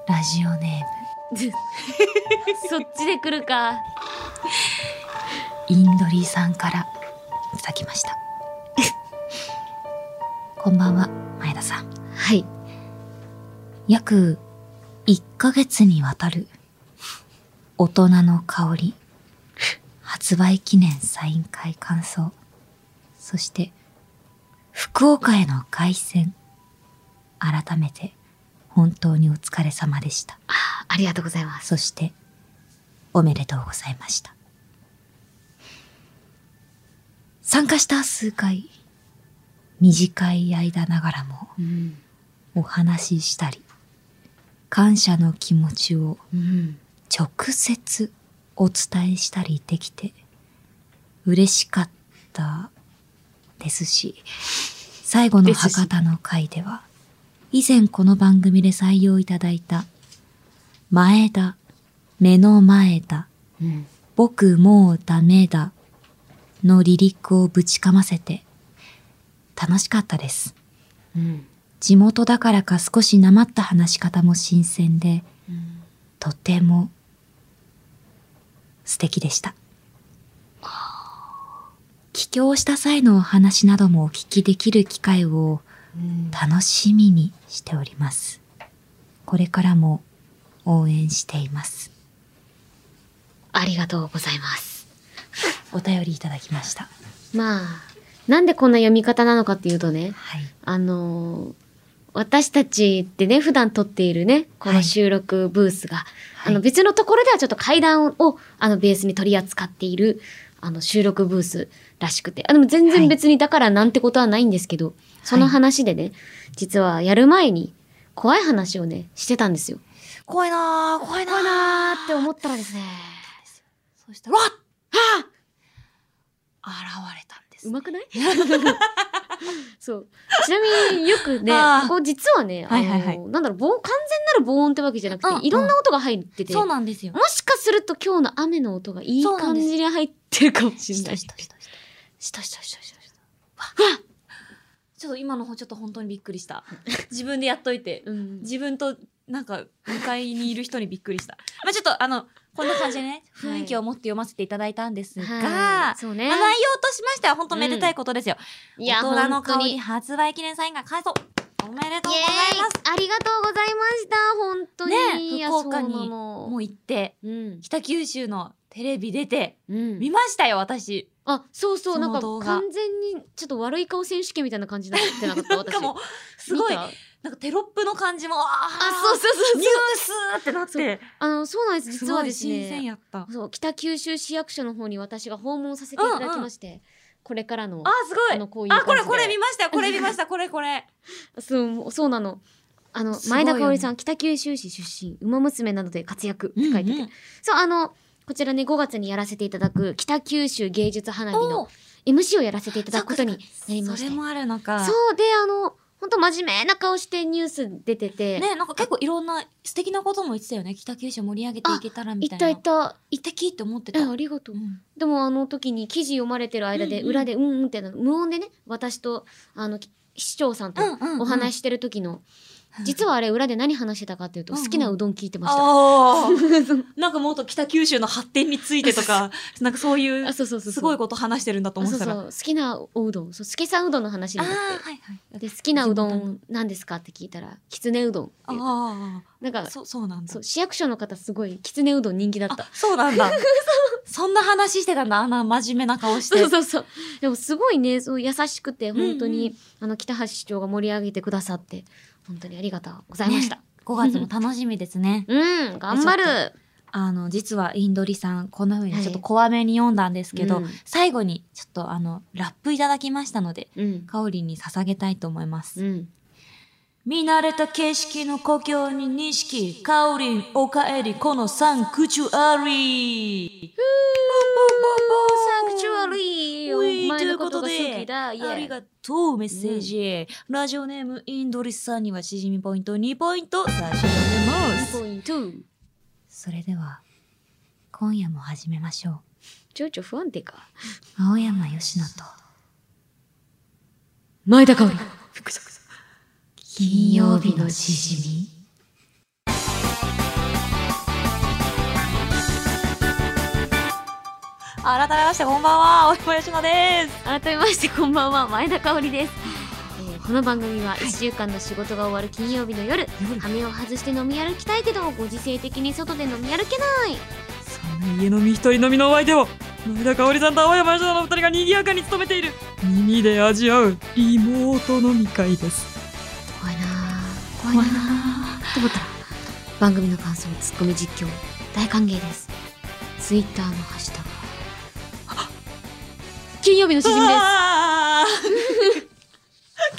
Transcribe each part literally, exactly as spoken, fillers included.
ラジオネームそっちで来るか。 インドリーさんからいただきましたこんばんは、前田さん。 はい。 約いっかげつにわたる大人の香り発売記念サイン会感想、そして福岡への凱旋、改めて本当にお疲れ様でした。 あ、ありがとうございます。 そしておめでとうございました。参加した数回、短い間ながらもお話ししたり、感謝の気持ちを直接お伝えしたりできて嬉しかったですし、最後の博多の会では以前この番組で採用いただいた前田、目の前だ、うん、僕もうダメだのリリックをぶちかませて楽しかったです、うん、地元だからか少しなまった話し方も新鮮で、うん、とても素敵でした。帰郷した際のお話などもお聞きできる機会を楽しみにしております。これからも応援しています。 ありがとうございます。 お便りいただきました。 まあ、なんでこんな読み方なのかっていうとね、 はい、 あのー、私たちってね、普段撮っているね、この収録ブースが、はい、あの別のところではちょっと階段をあのベースに取り扱っているあの収録ブースらしくて、あでも全然別にだからなんてことはないんですけど、はい、その話でね、実はやる前に怖い話をねしてたんですよ。 怖いなー怖いなー怖いなーって思ったらですね、 そしたらわっはあ現れたんです、 ね、うまくないそうちなみによくねここ実はね、あの、はいはい、なんだろう、防完全なる防音ってわけじゃなくて、うん、いろんな音が入ってて、 そうなんですよ。 もしかすると今日の雨の音がいい感じに入ってるかもしれない。しとしとしとしとしとしとしとしとわっちょっと今の方ちょっと本当にびっくりした自分でやっといて、うん、自分となんか向かいにいる人にびっくりしたまあちょっとあのこんな感じでね雰囲気を持って読ませていただいたんですが、はい、そうね、まあ、内容としましては本当めでたいことですよ、うん、いや大人の香り発売記念サインが完走おめでとうございます。 ありがとうございました。本当に、 ね、福岡にもう行って、うん、北九州のテレビ出て、うん、見ましたよ私。 あ、そうそう、なんか完全にちょっと悪い顔選手権みたいな感じになってなかった私。 なんかもうすごいなんかテロップの感じもああそうそうそうニュースってなって、 あのそうなんです。実はですね、 新鮮やった。 そう北九州市役所の方に私が訪問させていただきまして。うんうん、これからのあすごいあのこういう感じで、 あこれこれ見ましたよこれ見ましたこれこれそうそうなの。あの、ね、前田香織さん北九州市出身、馬娘などで活躍って書いてて、うんうん、そうあのこちらねごがつにやらせていただく北九州芸術花火の エムシー をやらせていただくことになりまして、 それもあるのか。 そうであの本当真面目な顔してニュース出ててね、なんか結構いろんな素敵なことも言ってたよね。北九州盛り上げていけたらみたいな。 いったいったいったきって思ってた。 えありがとう、うん、でもあの時に記事読まれてる間で、うんうん、裏でうんうんって無音でね私とあの市長さんとお話ししてる時の、うんうんうん、実はあれ裏で何話してたかっていうと、うんうん、好きなうどん聞いてました。あなんかもっと北九州の発展についてとかなんかそういうすごいこと話してるんだと思ってたら、 そうそう好きなおうどん、そう好きさうどんの話になって、はいはい、で好きなうどん何ですかって聞いたらきつねうどんって言う。あなんか そ, そうなんだそう市役所の方すごいきつねうどん人気だった。 そうなんだそんな話してたんだ、あんな真面目な顔して。 そうそうそうでもすごいね、そう優しくて本当に、うんうん、あの北橋市長が盛り上げてくださって本当にありがとうございました、ね、 ごがつも楽しみですねうん頑張る。 あの実はインドリさんこんな風にちょっと怖めに読んだんですけど、はい、うん、最後にちょっとあのラップいただきましたので、うん、かおりんに捧げたいと思います、うん、見慣れた景色の故郷に錦、かおりんおかえりこのサンクチュアリーサンクチュアリーお前のことが好きだ。 ありがとうメッセージ、うん、ラジオネームインドリスさんにはしじみポイントにポイント差し上げます。 にポイント。 それでは今夜も始めましょう。 情緒不安定か。 青山佳乃と前田香織金曜日のしじみ。 改めましてこんばんは、大山佳乃です。 改めましてこんばんは、前田香織です。えー、この番組はいっしゅうかんの仕事が終わる金曜日の夜、羽目を外して飲み歩きたいけどご時世的に外で飲み歩けない、 そんな家飲み一人飲みのお相手を前田香織さんと青山佳乃のお二人が賑やかに務めている耳で味わうリモート飲み会です。 怖いなぁ怖いなぁと思ったら番組の感想、ツッコミ実況大歓迎です。ツイッターのハッシュタグ金曜日のしじみです。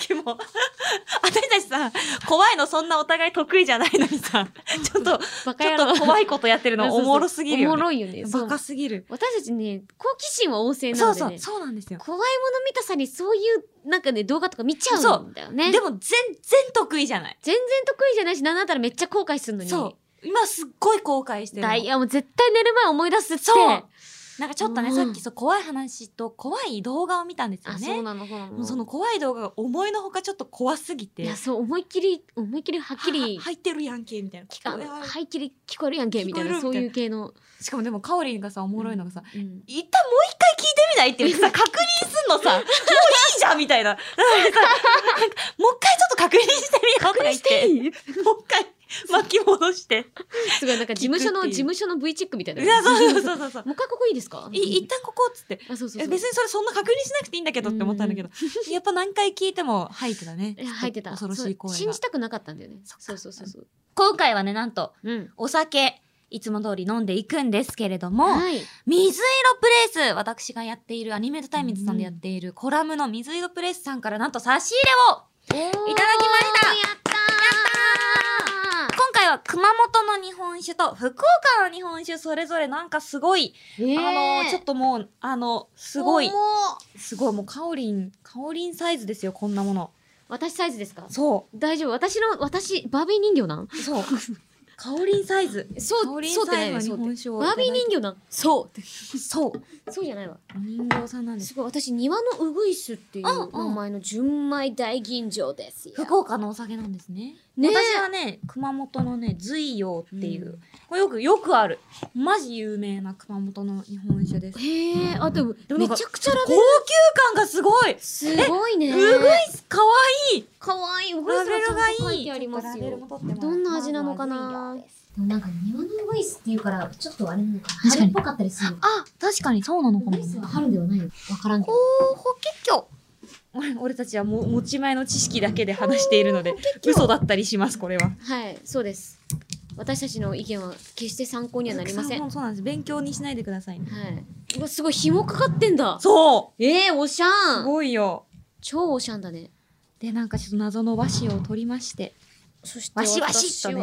キモ。私たちさ、怖いのそんなお互い得意じゃないのにさ、ちょっと、 バカ野郎ちょっと怖いことやってるのおもろすぎるよね。 おもろいよね。 バカすぎる。 私たちね、好奇心は旺盛なのでね。 そうそう、そうなんですよ。 怖いもの見たさにそういうなんかね、動画とか見ちゃうんだよね。 でも全然得意じゃない。 全然得意じゃないし、なんだったらめっちゃ後悔するのに。 そう。今すっごい後悔してるの。 ダイヤも絶対寝る前思い出すって。 そう。なんかちょっとね、さっきそう怖い話と怖い動画を見たんですよね。 あ、そうなの、そうなの。 その怖い動画が思いのほかちょっと怖すぎて。 いや、そう、思いっきり、思いっきりはっきり。 入ってるやんけ、みたいな。 聞かん、はいっきり聞こえるやんけ、みたいな、そういう系の。しかもでも、かおりんがさ、おもろいのがさ、 うん、 一旦もう一回聞いてみないって言ってさ、確認すんのさ、もういいじゃんみたいな。もう一回ちょっと確認してみようとか言って。もう一回。巻き戻して。 すごい、なんか事務所の、事務所の V チェックみたいな。 いや、そうそうそうそう。 もう一回ここいいですか？ い、一旦ここっつって。 あ、そうそうそう。 別にそれそんな確認しなくていいんだけどって思ったんだけど。やっぱ何回聞いても入ってたね。 入ってた。 恐ろしい声が。 信じたくなかったんだよね。そうそうそうそう。 今回はね、なんと、お酒、いつも通り飲んでいくんですけれども、はい、水色プレイス、私がやっているアニメートタイムズさんでやっているコラムの水色プレイスさんからなんと差し入れをいただきました。やったー今回は熊本の日本酒と福岡の日本酒それぞれなんかすごい、えー、あの、ちょっともう、あの、すごい、すごい、もうかおりん、かおりんサイズですよ、こんなもの。 私サイズですか？ そう。 大丈夫。私の、私、バービー人形なん？ そう。かおりんサイズ。 そう、 かおりんサイズの日本酒を。 バービー人形なん？そう。 そう。 そうじゃないわ。 お人形さんなんです。 すごい、私、庭のうぐいすっていう名前の純米大吟醸ですよ。 福岡のお酒なんですね。ね、私はね、熊本のね、随陽っていう、うん、これよく、よくある。マジ有名な熊本の日本酒です。 へえ、あ、でも、めちゃくちゃラベル。高級感がすごい。 すごいね。 うぐいす、かわいい。 かわいい。うぐいすラベルがいい。 書いてありますよ。どんな味なのかな。でもなんか庭のウグイスっていうから、ちょっとあれなのかな。春っぽかったりする。 あ、確かにそうなのかも。 ウグイスは春ではないの。わからんけど。 おー、法華経。俺俺たちはも持ち前の知識だけで話しているので嘘だったりします。これははいそうです。私たちの意見は決して参考にはなりません。 そうなんです。勉強にしないでくださいね。 はい。うわすごい紐かかってんだ。 そうえー、おしゃん。 すごいよ。 超おしゃんだね。 でなんかちょっと謎の和紙を取りまして、 そしてわしわしとね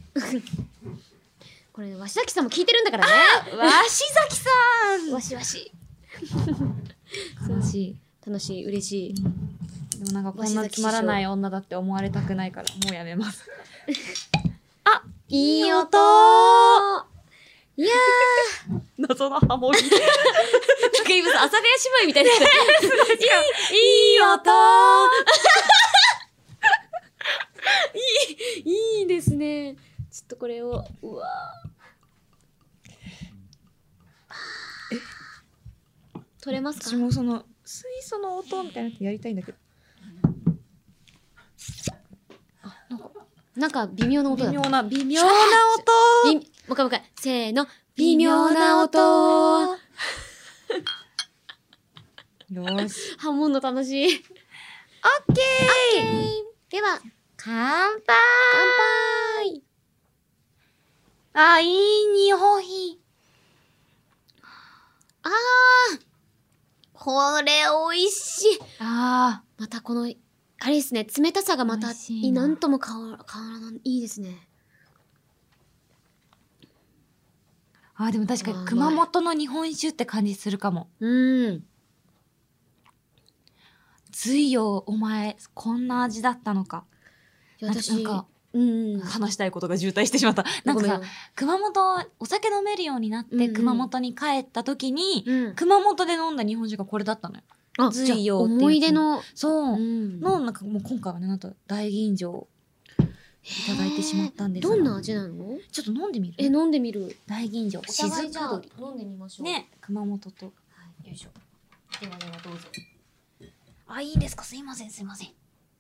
これわしざきさんも聞いてるんだからね。 わしざきさんわしわし楽しい楽しい嬉しい、 うん、でもなんかこんなつまらない女だって思われたくないからもうやめますあいい音いやー謎のハモリなんか今さ阿佐ヶ谷姉妹みたいないいいい音いいいいですね。ちょっとこれをうわえ取れますか？ 私もその水素の音みたいなのやりたいんだけどあなんかなんか微妙な音だ微妙な微妙な音もう一回もう一回せーの微妙な音よしハモんの楽しい。オッケーでは乾杯乾杯あ、いい匂い。 あーこれ美味しい。 あーまたこの、あれですね、冷たさがまた、いなんとも変わら、変わらない、いいですね。 あーでも確かに熊本の日本酒って感じするかも。 うん。 ずいよ、お前、こんな味だったのか。 私、 なんか、 うん、 話したいことが渋滞してしまった。なんかさ、熊本、お酒飲めるようになって熊本に帰った時に、うんうん、熊本で飲んだ日本酒がこれだったのよ。 あ、ずいよっていう。思い出の。 そう。うん、の、なんかもう今回はね、なんと大吟醸。 ただいてしまったんですが。 どんな味なの？ ちょっと飲んでみる？ え、飲んでみる。 大吟醸、しずく鶏。 飲んでみましょう。 ね、熊本と。 はい、よいしょ。ではではどうぞ。 あ、いいんですか？すいません、すいません。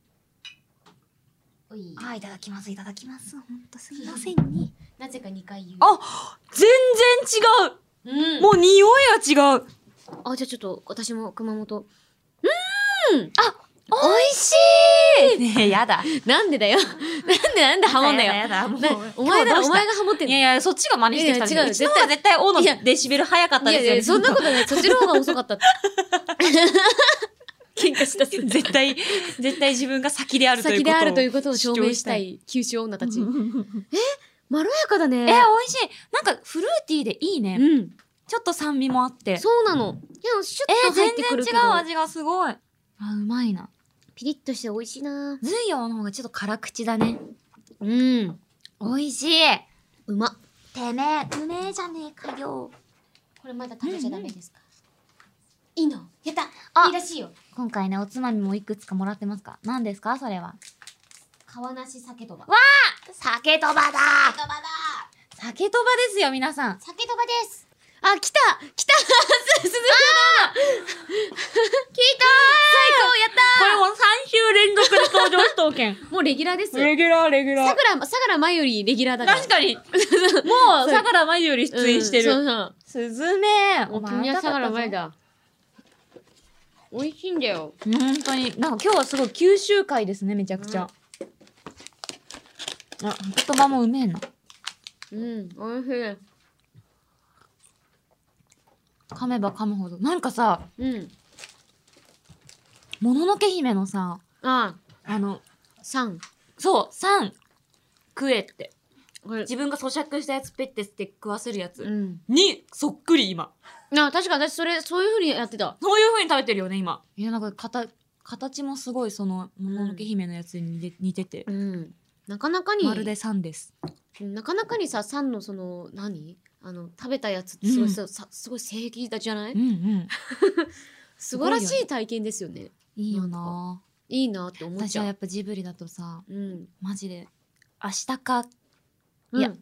おい。 あ、いただきます、いただきます。ほんとすいませんね。 なぜかにかい言う。 あ、全然違う。 うん。 もう匂いが違う。 あ、じゃあちょっと私も熊本。うーん。 あ、美味しい。ねえ、やだ。 なんでだよ。なんでなんでハモんだよ。 やだやだ、もう。 お前だ、お前が。 がハモってんの。 いやいや、そっちが真似してきたんいやいや違ううちの方が絶対、O のデシベル早かったですよね。 いやいや、そんなことない。そっちの方が遅かったって。喧嘩したす。 絶対、絶対自分が先であるということを。 先であるということを証明したい九州女たち。え、まろやかだね。 え、美味しい。なんかフルーティーでいいね。 うん。 ちょっと酸味もあって。 そうなの。いや、シュえッと入ってくるけど。 全然違う味がすごい。あ、うまいな。 ピリッとして美味しいな。 ズイヨの方がちょっと辛口だね。 うん。 美味しい。 うま。 てめえ、うめえじゃねえかよ。 これまだ食べちゃダメですか？いいの？やった。 あいいらしいよ。 今回ね、おつまみもいくつかもらってますか？何ですかそれは。 川なし酒とば。 わあ、酒とばだ酒とばだ。 酒とばですよ、皆さん。 酒とばです。あ、来た来たすずめだ。来たー。最高、やったこれもうさん週連続で登場しとうけん。 ー。もうレギュラーですよ。 レギュラー、レギュラさくら、さくらまよりレギュラーだから。 確かに。もう、さくらまゆより出演してる。 うん、そうすずめそう。もう君はさくらまよだ。美味しいんだよ。 本当に。なんか今日はすごい九州会ですね、めちゃくちゃ。うん、あ、言葉もうめえな。 うん、美味しい。 噛めば噛むほど。なんかさ、 うん。 もののけ姫のさ、 ああの、 あ、三。 そう、三、食えって。 これ、 自分が咀嚼したやつペッてして食わせるやつ。 うん。 に、そっくり今。 あ、確か私それ、そういう風にやってた。 そういう風に食べてるよね、今。いや、なんか、かた、形もすごいその、もののけ姫のやつに似て似てて。 うん。なかなかに、 まるで三です。 なかなかにさ、三のその、何あの、食べたやつってすごい、ささすごい正義だじゃない、 うんうん。 素晴らしい体験ですよね。 いいよな。 いいなって思っちゃう。 私はやっぱジブリだとさ、 うん。 マジで、明日か、 うん、 いや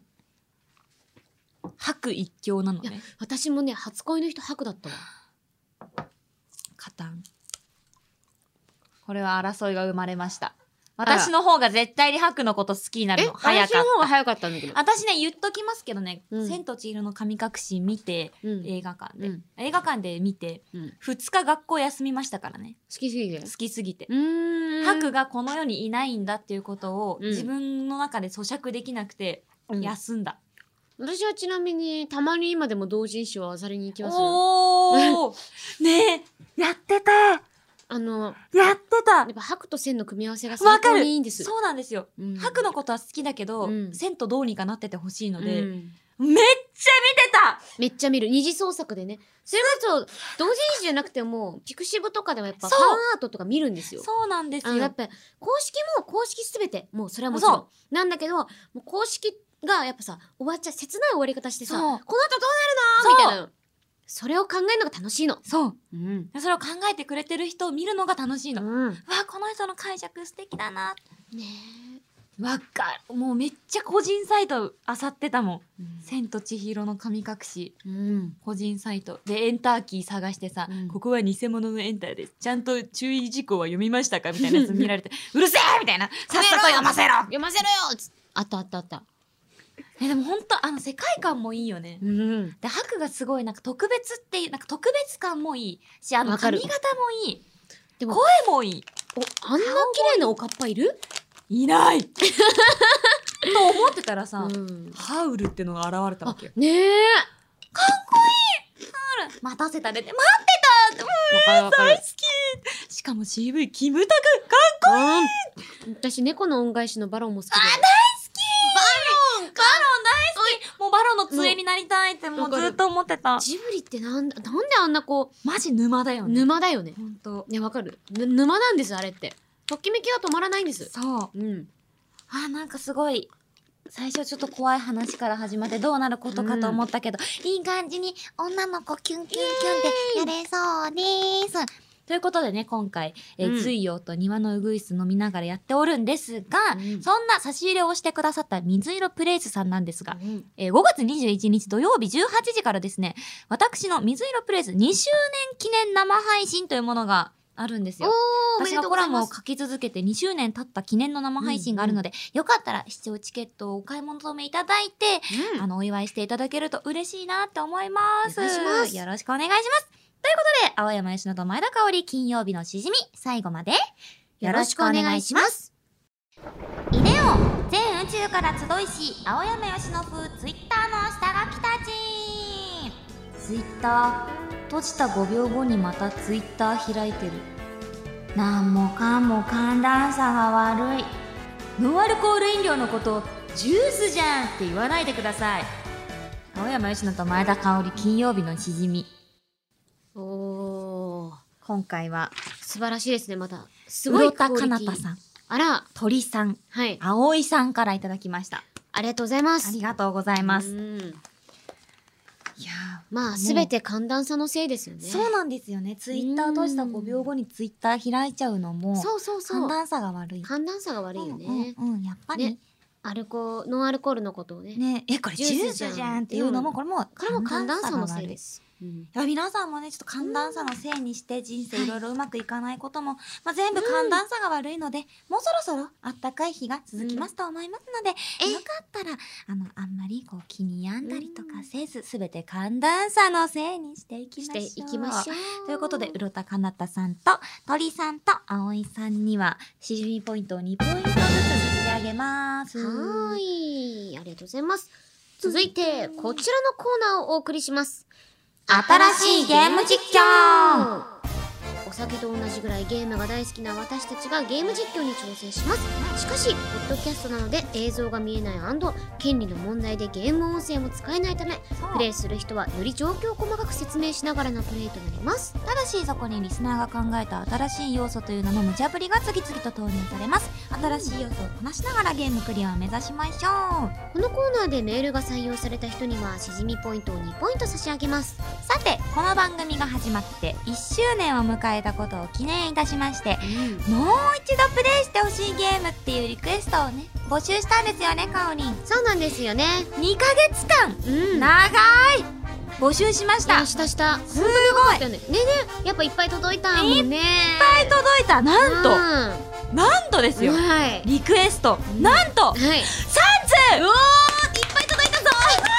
白一強なのいやね。 私もね、初恋の人白だったわ。 カタン。これは争いが生まれました。私の方が絶対に白のこと好きになるえ、 の。早かっ私の方がた。 早かったんだけど。 私ね、言っときますけどね、 うん千と千尋の神隠し見て、 うん映画館で、 うん映画館で見て、 うん。好ふつか学校休みましたからね。 きすぎて。 好きすぎて。 うーん。 白がこの世にいないんだっていうことをうん自分の中で咀嚼できなくて、 うん休んだ。 私はちなみに、たまに今でも同人誌を漁りに行きますよ。 おーねえ、やってたあの、 やってたやっぱ白と線の組み合わせがわ最高かるにいいんです。 そうなんですよ。 うん白のことは好きだけど、 うん線とどうにかなっててほしいので、 うんめっちゃ見てためっちゃ見る。二次創作でね。それこそ、同人誌じゃなくても、ピクシブとかでもやっぱフそうァンアートとか見るんですよ。 そうなんですよ。 あの、やっぱ、公式も公式すべて、もうそれはもちろん。なんだけど、もう公式がやっぱさ、終わっちゃう、切ない終わり方してさ、こそうの後どうなるのみたいな。それを考えるのが楽しいの。 そう。 うん。 それを考えてくれてる人を見るのが楽しいの。ううん。 わ、この人の解釈素敵だな。 ねわかる。もうめっちゃ個人サイト漁ってたもん。 え。 千と千尋の神隠し。 うん。 個人サイト。で、エンターキー探してさ、 うんここは偽物のエンターです。ちゃんと注意事項は読みましたかみたいなやつ見られて、うるせえみたいな。さっさと読ませろ読ませろよつあったあったあった。 え、でもほんと、あの、世界観もいいよね。 うん。 で、白がすごい、なんか特別っていう、なんか特別感もいいし、あの、 わかる髪型もいい。 でも、 声もいい。 お、あんな綺麗なおかっぱいるいないと思ってたらさ、 うん。 ハウルってのが現れたわあけよ。、 ねえ。 ハウル待たせたねって、待ってたうんわかるわかる大好きしかも シーブイ、キムタクかっこいいうん。私、猫の恩返しのバロンも好きで。 あ、大好きバロンバロン大好きもうバロンの杖になりたいってもうずっと思ってた。 ジブリってなんだ、なんであんなこマジ沼だよう、 ね。 沼だよね。 ほんと。 ね、わかる。ぬ沼なんです、あれって。ときめきは止まらないんです。 そう。 うん。 あ、なんかすごい、最初ちょっと怖い話から始まってどうなることかと思ったけど、いい感じに女の子キュンキュンキュンってやれそうです。 ということでね、今回、えー、 うん水曜と庭のうぐいす飲みながらやっておるんですが、 うんそんな差し入れをしてくださった水色プレイスさんなんですが、 うんえーごがつにじゅういちにち土曜日じゅうはちじからですね、私の水色プレイスにしゅうねん記念生配信というものがあるんですよ。 おー、おめで私がコラとうございます。 ムを書き続けてにしゅうねん経った記念の生配信があるので、よかったら視聴チケットをお買い物止めいただいて、 うんあの、お祝いしていただけると嬉しいなって思います。 お願いしますよろしくお願いします。ということで、青山吉野と前田香織金曜日のしじみ、最後までよろしくお願いします。イデオン全宇宙から集いし、青山吉野風ツイッターの下書きたち。ツイッター、閉じたごびょうごにまたツイッター開いてる。なんもかんも寒暖差が悪い。ノンアルコール飲料のことをジュースじゃんって言わないでください。青山吉野と前田香織金曜日のしじみ。 おー、 今回は、 素晴らしいですね、また。すごい室田かクオリティなたさん、 あら、 鳥さん、 はい。 葵さんからいただきました。 ありがとうございます。 ありがとうございます。 うんいやまあ、 もうすべて寒暖差のせいですよね。 そうなんですよね。ツイッター閉じたごびょうごにツイッター開いちゃうのも、 そうそうそう。 寒暖差が悪い。 寒暖差が悪いよね。 うんうん、うん、やっぱり。 ねアルコノンアルコールのことをね。 ね、え、これジュースじゃんっていうのも、これもこれも寒暖差のせいいで。す。うんいや皆さんもね、ちょっと寒暖差のせいにして人生いろいろうまくいかないことも、まあ、全部寒暖差が悪いので、もうそろそろあったかい日が続きますと思いますので、 えよかったら、あの、あんまりこう気に病んだりとかせず、すべて寒暖差のせいにしていきましょう。 していきましょう。 ということで、うろたかなたさんと、鳥さんと、葵さんには、しじみポイントをにポイントずつ差し上げます。 はーい。ありがとうございます。続いて、こちらのコーナーをお送りします。 新しいゲーム実況。 お酒と同じぐらいゲームが大好きな私たちがゲーム実況に挑戦します。しかし、ポッドキャストなので映像が見えない&権利の問題でゲーム音声も使えないため、プレイする人はより状況を細かく説明しながらのプレイとなります。 ただしそこにリスナーが考えた新しい要素という名の無茶ぶりが次々と投入されます。新しい要素をこなしながらゲームクリアを目指しましょう。 このコーナーでメールが採用された人にはしじみポイントをにポイント差し上げます。 さてこの番組が始まっていっしゅうねんを迎えたことを記念いたしまして、もう一度プレイしてほしいゲームっていうリクエストをね募集したんですよね、かおりん。 そうなんですよね。 にかげつかん、 うん。 長い募集しました。 ねしたした。 すごいだよね。ねね、やっぱいっぱい届いたもんね。いっいっぱい届いた。なんと、 うん、 なんとですよ、 はい。 リクエスト、なんとはい。 さんつう。 おー、いっぱい届いたぞ。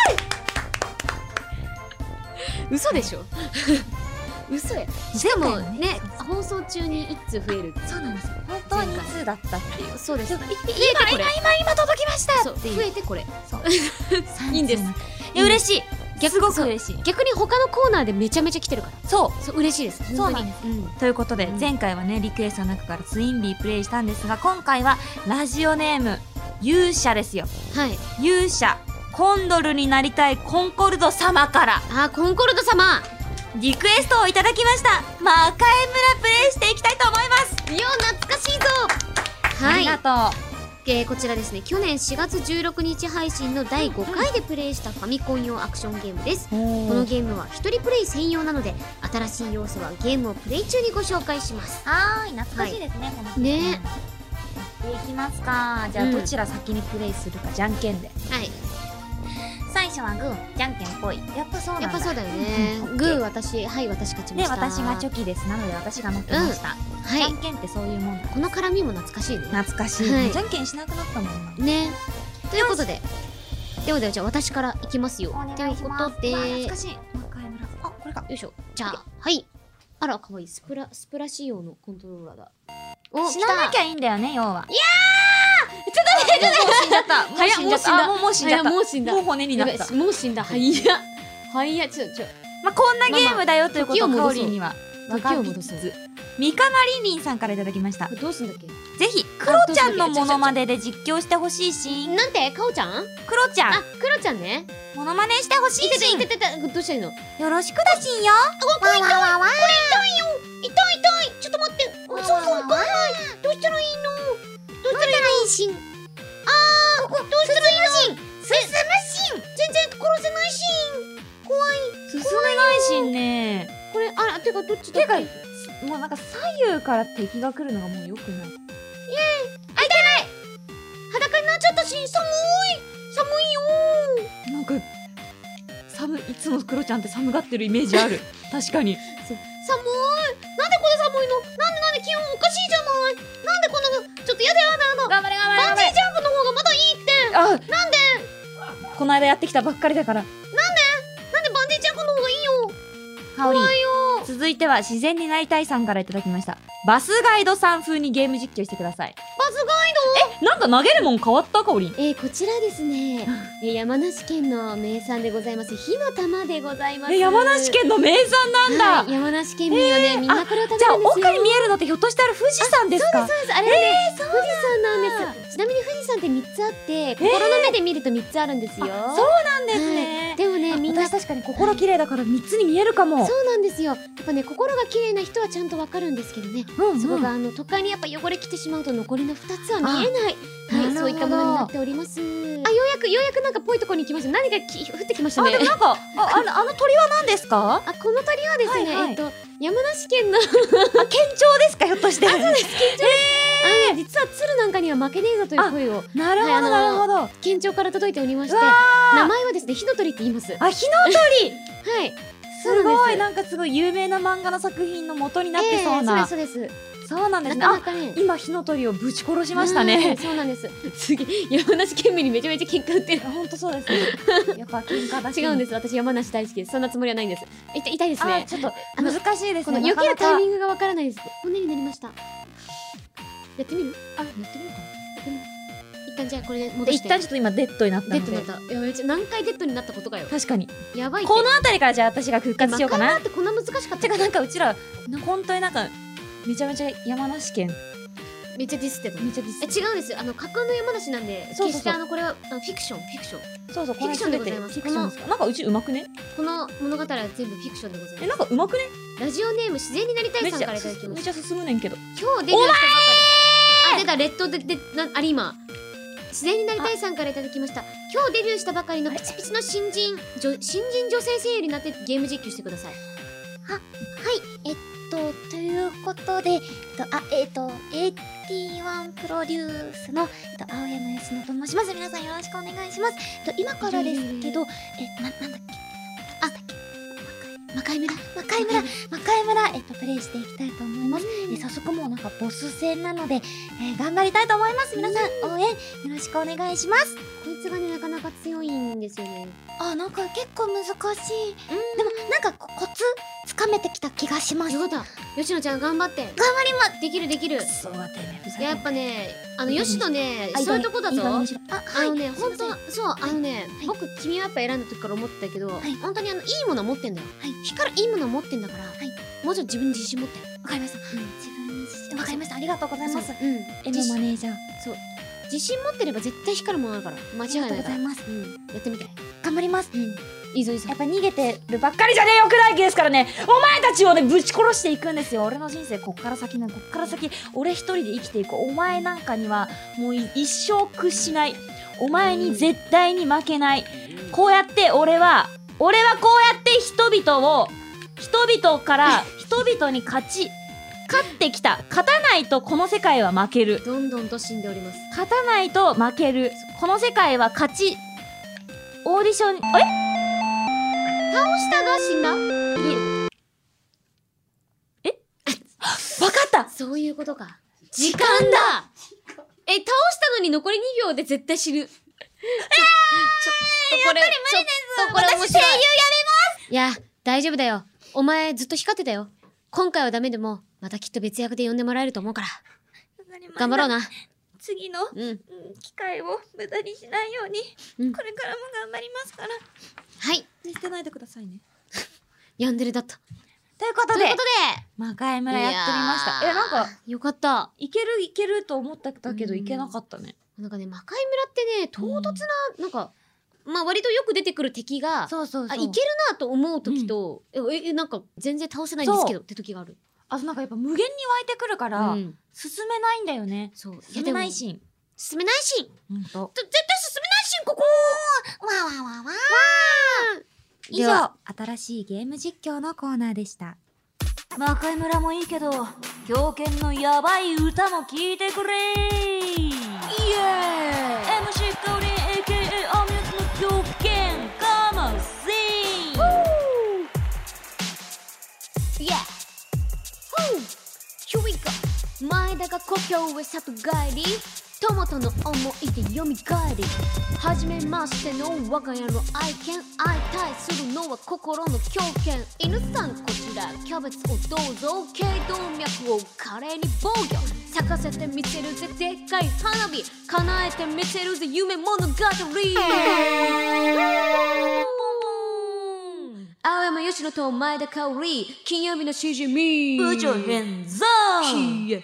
嘘でしょ嘘や。しかも前回ね、放送中にいっつう増える。 そうなんですよ。本当はにつうだったっていう。 そうです。 今増えてこれ。 今今届きましたそう、 っていう。 増えてこれ。 そう。 いいんです。 いや嬉しい。 逆すごく嬉しい。 逆に他のコーナーでめちゃめちゃ来てるから。 そうそう、嬉しいです。 そうなんですす。うん。 ということで、 うん前回はねリクエストの中からツインビープレイしたんですが、今回はラジオネーム勇者ですよ。 はい。 勇者コンドルになりたいコンコルド様からあー、コンコルド様。 リクエストをいただきました。魔界村プレイしていきたいと思います。 よ、懐かしいぞ。はい。 ありがとえーこちらですね、去年しがつじゅうろくにち配信のだいごかいでプレイしたファミコン用アクションゲームです。 う。 このゲームは一人プレイ専用なので、新しい要素はゲームをプレイ中にご紹介します。 はーい、懐かしいですね、このゲームねやっていきますか。じゃあ、 うんどちら先にプレイするかじゃんけんで。 はい。 最初はグー、じゃんけんぽい。やっぱそうなんだ。 やっぱそうだよね。 うんうんグー私、はい、私勝ちまで、 した。 私がチョキです。なので私が負けました。じはい。 ゃんけんってそういうもんだ。 この絡みも懐かしいね。 懐かしい、 はいじゃんけんしなくなったもんな。 ね。ということで、ではではじゃあ私からいきますよ。 お願いというします。 ことで、 わあよ懐かしい。魔界村。あ、これか。 いしょ。じゃあ、はい。あら、かわいい。スプラ、スプラ仕様のコントローラーだ。お、 死ななきゃゃいいんだよね、要は。いやちょっと待って、ちょっともう死んじゃった。もう死んじゃった。 早っあもうもう死んじゃった。 もう死んだもう骨になった。 もう死んだ。はいや。はいや、ちょ、ちょ。 まあ、こんなゲームだよということをまあまあカオリンには分かりつ時を戻そうつ、三河りんりんさんからいただきました。 これどうすんだっけ？ ぜひ、クロちゃんのモノマネで実況してほしいシーン。 なんてかおちゃん？ クロちゃあん、、 クロちゃんね。 モノマネしてほしいいててシーン。 いててて、どうしたらいいの？ よろしくだしんよ。 これ痛い。これ痛いよ。痛い痛い。ちょっと待って。そうそう、わかんない。どうしたらいいの？どうしたらいいシーン？あー、どうしたらいいの？ 進むシーン。 全然殺せないシーン。怖い。 進めないシーンね。 これ、あら、てかどっちてか、 どっちもうなんか左右から敵が来るのがもう良くない。イエーイ。 あ、いけない。裸になっちゃったし、寒い寒いよー。 なんか寒い、いつもクロちゃんって寒がってるイメージある。確かに。 そう、寒い。なんでこれ寒いの？なんでなんで気温おかしいじゃない。なんでこんな、ちょっとやだやだやだ。 頑張れ頑張れバンジージャンプの方がまだいいって。 あ、 なんで？ この間やってきたばっかりだから。 なんで？なんでバンジージャンプの方がいいよ。 ハオリン。 怖いよ。 続いては自然になりたいさんからいただきました。バスガイドさん風にゲーム実況してください。 バスガイド？ え、なんか投げるもん変わったかおりん。 えー、こちらですね、えー、山梨県の名産でございます火の玉でございます。 え、山梨県の名産なんだ、 はい、山梨県民はね、みんなこれを食べるんですよ。 じゃあ奥に見えるのってひょっとしたら富士山ですか？ そうですそうです。あれはね、富士山なんです。ちなみに富士山ってみっつあって、心の目で見るとみっつあるんですよ。 そうなんですね、 はい、でもね、みんな私確かに心綺麗だからみっつに見えるかも。 そうなんですよ。やっぱね、心が綺麗な人はちゃんとわかるんですけどね、 うんうん、 そこがあの都会にやっぱ汚れきてしまうと残りのふたつは見えない。はい、そういったものになっております。あ、ようやくようやくなんかぽいところに来ました。何かき降ってきましたね。 あ、でもなんかあ、あのあの鳥は何ですか？ あ、この鳥はですね、はいはい、えっと山梨県のあ、 県鳥ですか、ひょっとして。 あ、そうです、県鳥です。あのね、実は鶴なんかには負けねえぞという声を、 なるほど、はい、なるほど、 県鳥から届いておりまして、名前はですね、火の鳥って言います。 あ、火の鳥はい、 すごい、なんかすごい有名な漫画の作品の元になってそうな。 えー、そうですそうです。 そうなんですね。 なかなかね、 今火の鳥をぶち殺しましたね。 そうなんです。次山梨県民にめちゃめちゃ喧嘩売ってる。 本当そうですね。やっぱ喧嘩だし。 違うんです。私山梨大好きです。そんなつもりはないんです。痛い痛いですね。 ちょっと難しいですね。 この避けるタイミングがわからないです。骨になりました。やってみる？あ、やってみるか。一旦じゃあこれで戻して。 一旦ちょっと今デッドになったので。 デッドになった。いやめっちゃ何回デッドになったことかよ。 確かに。 やばい。 このあたりからじゃあ私が復活しようかな。 だってこんな難しかった。 てかなんかうちら本当になんかめちゃめちゃ山梨県。 めっちゃディスってた。 めっちゃディス。 え、違うんです。あの架空の山梨なんで、決してあのこれはあのフィクション、フィクション。 そうそう、 フィクションでございます。 このなんかうちうまくね？この物語は全部フィクションでございます。 え、なんかうまくね？ ラジオネーム自然になりたいさんからいただきました。 めっちゃ進むねんけど。 今日デビューしたばかり。あ、出た、レッドででなあり今。自然になりたいさんからいただきました。今日デビューしたばかりのピチピチの新人新人女性声優になってゲーム実況してください。 は、はい、えっと、ということで、えっと、あ、えっと、エイティワン プロデュースの、えっと、青山佳乃と申します。皆さんよろしくお願いします。えっと、今からですけど、え、な、なんだっけあ、魔界村魔界村魔界村えっと、プレイしていきたいと思います。え、早速もうなんかボス戦なので、えー、頑張りたいと思います。皆さん、応援よろしくお願いします。 こいつがね、なかなか強いんですよね。 あ、なんか結構難しい。でも、なんかコツつかめてきた気がします。 よかった。吉野ちゃん頑張って。 頑張ります。 できるできる。 そうだってね。 やっぱね、あの吉野ね、そういうとこだぞ。あのね、本当そう、あのね、僕君はやっぱ選んだ時から思ってたけど、本当にあのいいもの持ってんだよ。光るいいもの持ってんだから、もうちょっと自分に自信持って。 わかりました。自分に自信。わかりました。ありがとうございます。 うん。 M マネージャー。 そう。自信持ってれば絶対光るものあるから。間違いない。ありがとうございます。 うん。やってみて。 頑張ります。 うん。いいぞいいぞ。 やっぱ逃げてるばっかりじゃねえよくないですからね。お前たちをねぶち殺していくんですよ。俺の人生こっから先なこっから先俺一人で生きていく。お前なんかにはもう一生屈しない。お前に絶対に負けない。こうやって俺は俺はこうやって人々を人々から人々に勝ち勝ってきた。勝たないとこの世界は負ける。 どんどんと死んでおります。 勝たないと負ける。この世界は勝ち。オーディション、え倒したが死んだ？ えわかった。 そういうことか。時間だ。え、倒したのに残りにびょうで絶対死ぬ。ちょ、ちょっとこれ、ちょっとこれ面白い。私声優やめます。いや、大丈夫だよ。お前ずっと光ってたよ。今回はダメでも、またきっと別役で呼んでもらえると思うから。頑張ろうな。 次の、うん、機会を無駄にしないように、うん、これからも頑張りますから。 はい。 捨てないでくださいね。 ヤンデレだった。 ということで、ということで魔界村やってみました。え、なんか、 よかった。 いけるいけると思ったけど、いけなかったね。 なんかね、魔界村ってね、唐突な、なんか、まあ割とよく出てくる敵が、 そうそうそう。 あ、いけるなと思う時と、うん、え、え、なんか全然倒せないんですけどって時がある。 あとなんかやっぱ無限に湧いてくるから、うん、進めないんだよね。 そう。 進めないシーン。 進めないシーン。 ほんと。 絶対進めないシーン、ここわわわわー以上、新しいゲーム実況のコーナーでした。 魔界村もいいけど狂犬のヤバい歌も聴いてくれイエーイ エムシー カオリン エーケーエー アミューズの狂犬カモンシー Yeah! Woo! Here we go! 前田が故郷へ里帰りトマトの思い出よみがえりはじめましての我が家の愛犬相対するのは心の狂犬犬さんこちらキャベツをどうぞ頸動脈を華麗に防御咲かせてみせるぜでっかい花火叶えてみせるぜ夢物語青山吉野と前田香織金曜日のしじみ Put your hands up!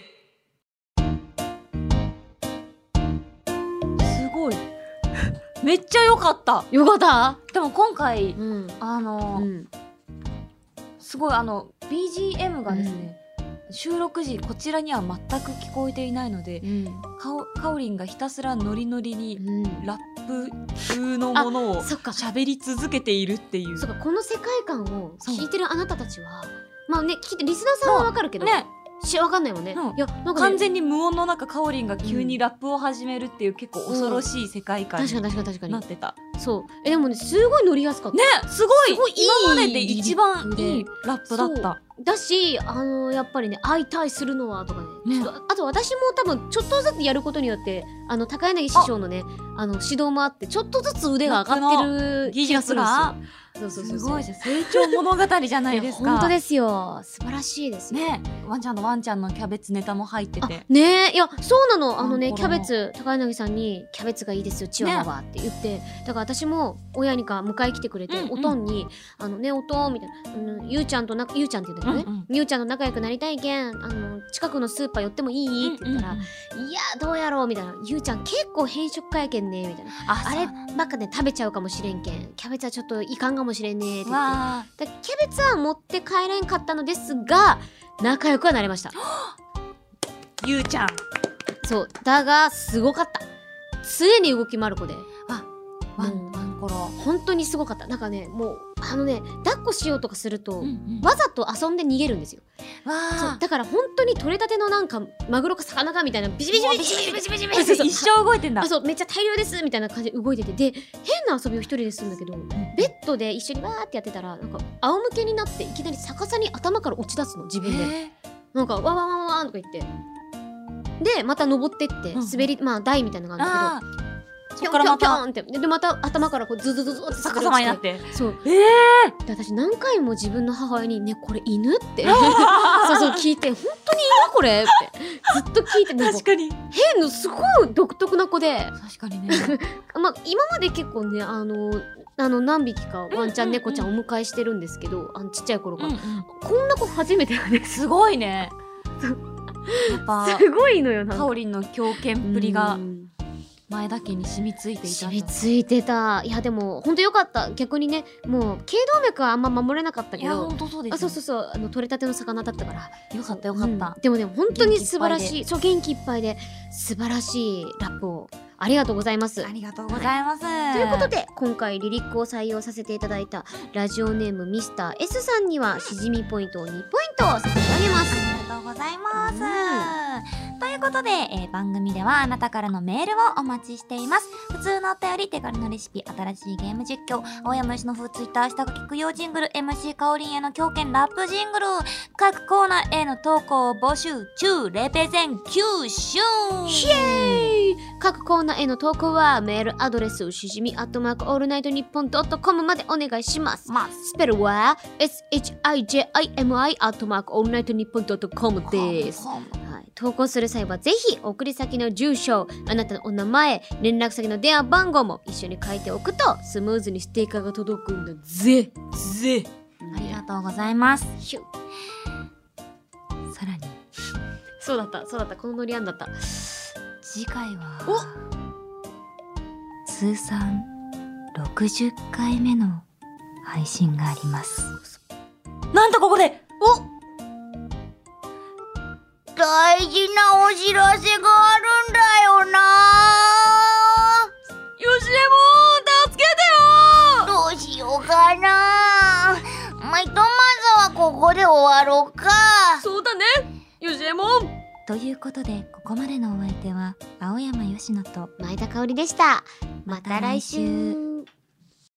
すごいめっちゃ良かったよかった。 でも今回、 うん、 あの、うん、すごいあの ビージーエム がですね、うん、収録時こちらには全く聞こえていないので、うん、かおかおりんがひたすらノリノリにラップ風のものを喋り続けているっていう。 そうか、この世界観を聞いてるあなたたちはまあね、聞いてリスナーさんはわかるけどねしわかんないもんね、うん、いやなんか、ね、 完全に無音の中かおりんが急にラップを始めるっていう、うん、結構恐ろしい世界観になってた。 そうえでもねすごい乗りやすかったね。すごい、すごい今までで一番いいラップだった。 だしあのー、やっぱりね相対するのはとか ね, ねあと私も多分ちょっとずつやることによってあの高柳師匠のねあの指導もあってちょっとずつ腕が上がってる気がするんですよ。そうそうそうそう、 すごいじゃん、成長物語じゃないですか。 本当ですよ、素晴らしいですね。ワンちゃんのワンちゃんのキャベツネタも入っててね。いやそうなの、あのねキャベツ高柳さんにキャベツがいいですよチワワはって言って、ね、だから私も親にか迎え来てくれて、うんうん、おとんにあのねおとんみたいな、うん、ゆうちゃんとなゆうちゃんって言うんだけどね、うんうん、ゆうちゃんと仲良くなりたいけんあの近くのスーパー寄ってもいいって言ったら、うんうんうん、いやどうやろうみたいな、ゆうちゃん結構偏食家やけんねみたいな、あ, あればっかで食べちゃうかもしれんけんキャベツはちょっといかんかもしれんねって言って、だキャベツは持って帰れんかったのですが仲良くはなれましたゆうちゃん。 そうだがすごかった、常に動き回る子で、 あワンワンコロ本当にすごかった。なんかねもうあのね抱っこしようとかすると、うんうん、わざと遊んで逃げるんですよ。わだから本当に取れたてのなんかマグロか魚かみたいなビシビシビシビシビシビシビシビシ一生動いてんだ。 あそうめっちゃ大量ですみたいな感じで動いてて、で変な遊びを一人でするんだけど、うん、ベッドで一緒にわーってやってたらなんか仰向けになっていきなり逆さに頭から落ち出すの自分で、なんかワンワンワンワンとか言ってでまた登ってって滑り、うん、まあ台みたいなのがあるんだけど、そっからまたピョンピョンってでまた頭からこうズズズズって逆さまになって、 そうえー、 で私何回も自分の母親にねこれ犬ってそうそう聞いて本当に犬これってずっと聞いて確かに変のすごい独特な子で、 確かにねまあ今まで結構ねあのあの何匹かワンちゃん猫ちゃんお迎えしてるんですけど、あのちっちゃい頃から、うんうん、こんな子初めてなんです。 すごいねやっぱすごいのよな、 かおりんの狂犬っぷりが前田家に染みついていた。 染みついてた。いやでも本当よかった。逆にねもう頸動脈はあんま守れなかったけど、いや本当そうです、ね、 あそうそうそうあの取れたての魚だったからよかったよかった、 うん、でもね本当に素晴らしい、そう元気いっぱいで素晴らしいラップをありがとうございます。 ありがとうございます、 はい、ということで今回リリックを採用させていただいたラジオネームミスター S さんにはしじみポイントをにポイント差し上げます。 ありがとうございます、うん、ということで、えー、番組ではあなたからのメールをお待ちしています。普通のお便り、手軽のレシピ、新しいゲーム実況、青山吉野風ツイッター、下が聞くようジングル、 エムシー かおりんへの狂犬ラップジングル、各コーナーへの投稿を募集中、レペゼン九州イエーイ。各コーナーへの投稿はメールアドレスしじみアットマークオールナイトニッポンドットコムまでお願いします。スペルは エスエイチアイジェイアイエムアイ アットマークオールナイトニッポンドットコムです。投稿する際はぜひ送り先の住所、あなたのお名前、連絡先の電話番号も一緒に書いておくとスムーズにステッカーが届くんだぜぜ。 ありがとうございます。 ヒュさらにそうだったそうだったこのノリあんだった。 次回は通算ろくじゅっかいめの配信があります。なんとここでお大事なお知らせがあるんだよな。よしレモン助けてよ。どうしようかな。まあ、ひとまずはここで終わろうか。 レモン。 ということで、ここまでのお相手は青山佳乃と前田香織でした。また来週。